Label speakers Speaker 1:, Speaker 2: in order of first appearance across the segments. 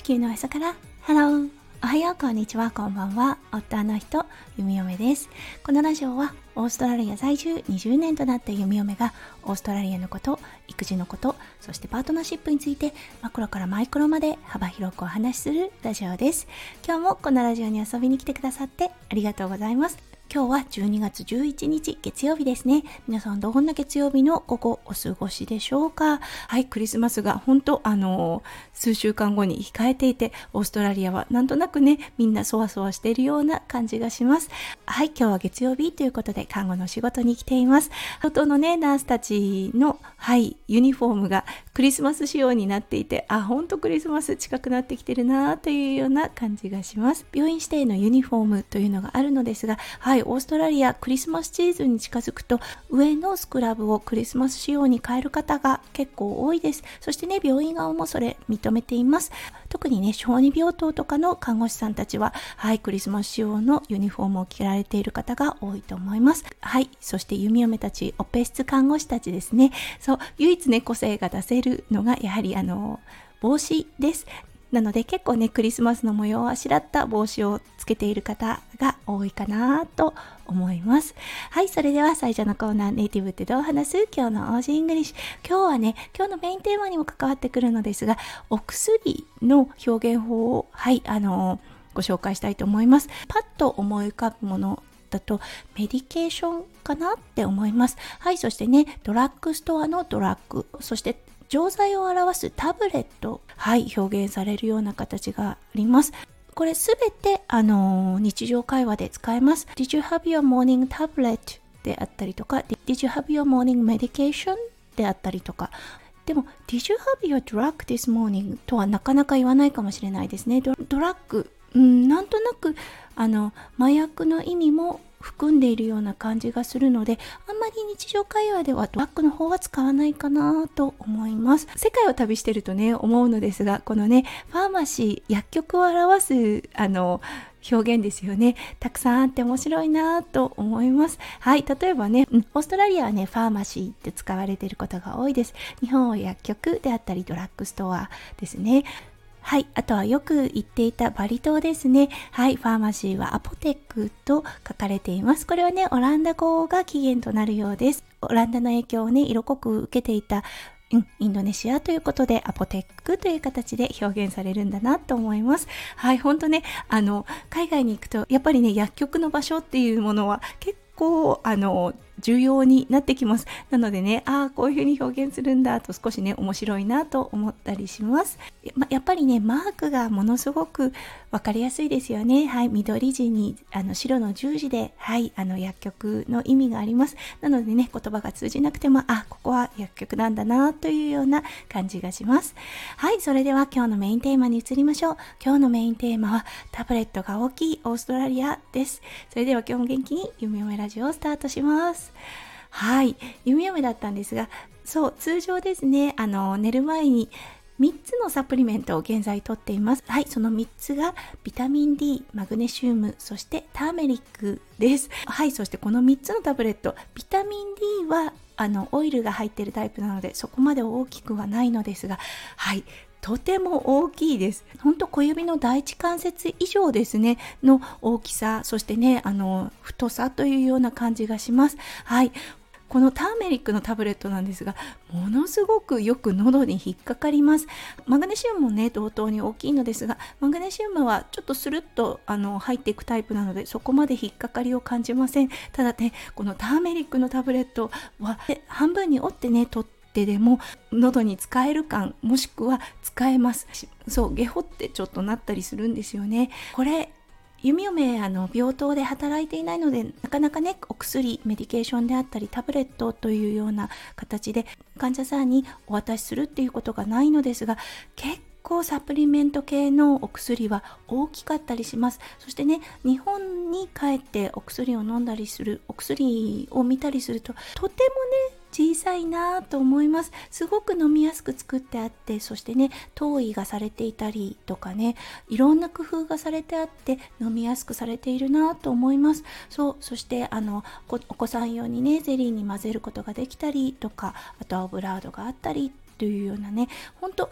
Speaker 1: 球の朝からハロー、おはよう、こんにちは、こんばんは。夫の人、弓嫁です。このラジオはオーストラリア在住20年となった弓嫁がオーストラリアのこと、育児のこと、そしてパートナーシップについてマクロからマイクロまで幅広くお話しするラジオです。今日もこのラジオに遊びに来てくださってありがとうございます。今日は12月11日月曜日ですね。皆さんどんな月曜日の午後お過ごしでしょうか。はい、クリスマスが本当数週間後に控えていて、オーストラリアはなんとなくね、みんなそわそわしているような感じがします。はい、今日は月曜日ということで看護の仕事に来ています。外のね、ナースたちのユニフォームがクリスマス仕様になっていて、本当クリスマス近くなってきてるなというような感じがします。病院指定のユニフォームというのがあるのですが、オーストラリアクリスマスシーズンに近づくと上のスクラブをクリスマス仕様に変える方が結構多いです。そしてね、病院側もそれ認めています。特にね、小児病棟とかの看護師さんたちはクリスマス仕様のユニフォームを着られている方が多いと思います。そして弓嫁たち、オペ室看護師たちですね。唯一ね、個性が出せるのがやはり帽子です。なので結構ね、クリスマスの模様をあしらった帽子をつけている方が多いかなと思います。それでは最初のコーナー、ネイティブってどう話す？今日の OG イングリッシュ。今日はね、今日のメインテーマにも関わってくるのですが、お薬の表現法をご紹介したいと思います。パッと思い浮かぶものだとメディケーションかなって思います。そしてね、ドラッグストアのドラッグ、そして錠剤を表すタブレット、表現されるような形があります。これすべて日常会話で使えます。Did you have your morning tablet? であったりとか、Did you have your morning medication? であったりとか。でも Did you have your drug this morning? とはなかなか言わないかもしれないですね。ドラッグ、なんとなく麻薬の意味も含んでいるような感じがするので、あんまり日常会話ではドラッグの方は使わないかなと思います。世界を旅してるとね、思うのですが、このね、ファーマシー、薬局を表す表現ですよね。たくさんあって面白いなと思います。例えばね、オーストラリアはね、ファーマシーって使われていることが多いです。日本は薬局であったりドラッグストアですね。あとはよく言っていたバリ島ですね。ファーマシーはアポテックと書かれています。これはね、オランダ語が起源となるようです。オランダの影響をね、色濃く受けていたインドネシアということでアポテックという形で表現されるんだなと思います。本当ね、海外に行くとやっぱりね、薬局の場所っていうものは結構重要になってきます。なのでね、こういうふうに表現するんだと少しね、面白いなと思ったりします。やっぱりね、マークがものすごくわかりやすいですよね。緑地に白の十字で、薬局の意味があります。なのでね、言葉が通じなくても、ここは薬局なんだなというような感じがします。それでは今日のメインテーマに移りましょう。今日のメインテーマはタブレットが大きいオーストラリアです。それでは今日も元気に弓嫁ラジオをスタートします。弓嫁だったんですが、通常ですね、寝る前に3つのサプリメントを現在取っています。その3つがビタミン D、マグネシウム、そしてターメリックです。そしてこの3つのタブレット、ビタミン D はオイルが入っているタイプなのでそこまで大きくはないのですが、とても大きいです。本当小指の第一関節以上ですねの大きさ、そしてね、太さというような感じがします。このターメリックのタブレットなんですが、ものすごくよく喉に引っかかります。マグネシウムもね、同等に大きいのですが、マグネシウムはちょっとスルッと入っていくタイプなので、そこまで引っかかりを感じません。ただね、このターメリックのタブレットは半分に折ってね、取ってでも喉に使える感、もしくは使えます。ゲホってちょっとなったりするんですよね。これ弓嫁病棟で働いていないので、なかなかね、お薬、メディケーションであったりタブレットというような形で患者さんにお渡しするっていうことがないのですが、結構サプリメント系のお薬は大きかったりします。そしてね、日本に帰ってお薬を飲んだりする、お薬を見たりするととてもね、小さいなと思います。すごく飲みやすく作ってあって、そしてね、糖衣がされていたりとかね、いろんな工夫がされてあって飲みやすくされているなと思います。そしてお子さん用にね、ゼリーに混ぜることができたりとか、あとはオブラードがあったりというようなね、本当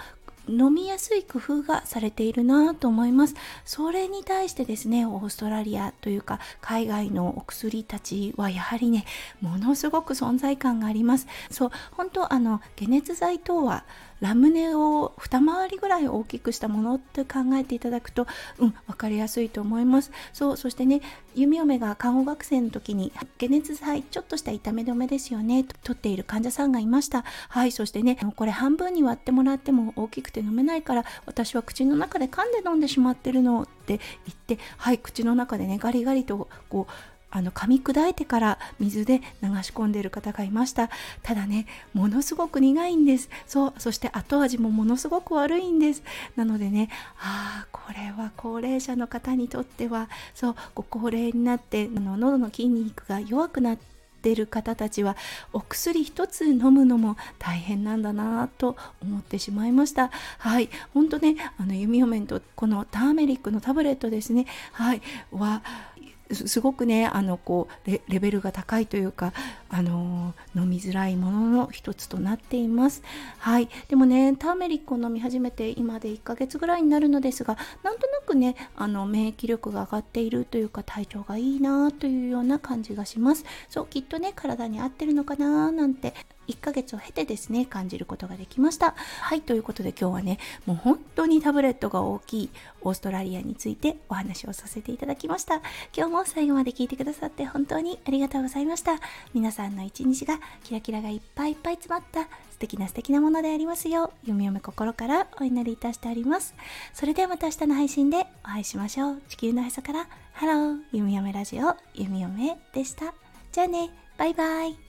Speaker 1: 飲みやすい工夫がされているなと思います。それに対してですね、オーストラリアというか海外のお薬たちはやはりね、ものすごく存在感があります。そう、本当解熱剤等はラムネを二回りぐらい大きくしたものって考えていただくと、分かりやすいと思います。そしてね、弓嫁が看護学生の時に解熱剤ちょっとした痛め止めですよねと取っている患者さんがいました。はい、そしてね、これ半分に割ってもらっても大きくて飲めないから、私は口の中で噛んで飲んでしまってるのって言って、はい、口の中でねガリガリとこう噛み砕いてから水で流し込んでいる方がいました。ただね、ものすごく苦いんです。そして後味もものすごく悪いんです。なのでね、これは高齢者の方にとっては、ご高齢になって喉の筋肉が弱くなってる方たちはお薬一つ飲むのも大変なんだなと思ってしまいました。はい、本当ね、弓嫁とこのターメリックのタブレットですね、すごくねレベルが高いというか飲みづらいものの一つとなっています。はい、でもね、ターメリックを飲み始めて今で1ヶ月ぐらいになるのですが、なんとなくね免疫力が上がっているというか体調がいいなというような感じがします。きっとね体に合ってるのかななんて1ヶ月を経てですね感じることができました。はい、ということで今日はね、もう本当にタブレットが大きいオーストラリアについてお話をさせていただきました。今日も最後まで聞いてくださって本当にありがとうございました。皆さんの一日がキラキラがいっぱいいっぱい詰まった素敵なものでありますよう、弓嫁心からお祈りいたしております。それではまた明日の配信でお会いしましょう。地球のへそからハロー、弓嫁ラジオ弓嫁でした。じゃあね、バイバイ。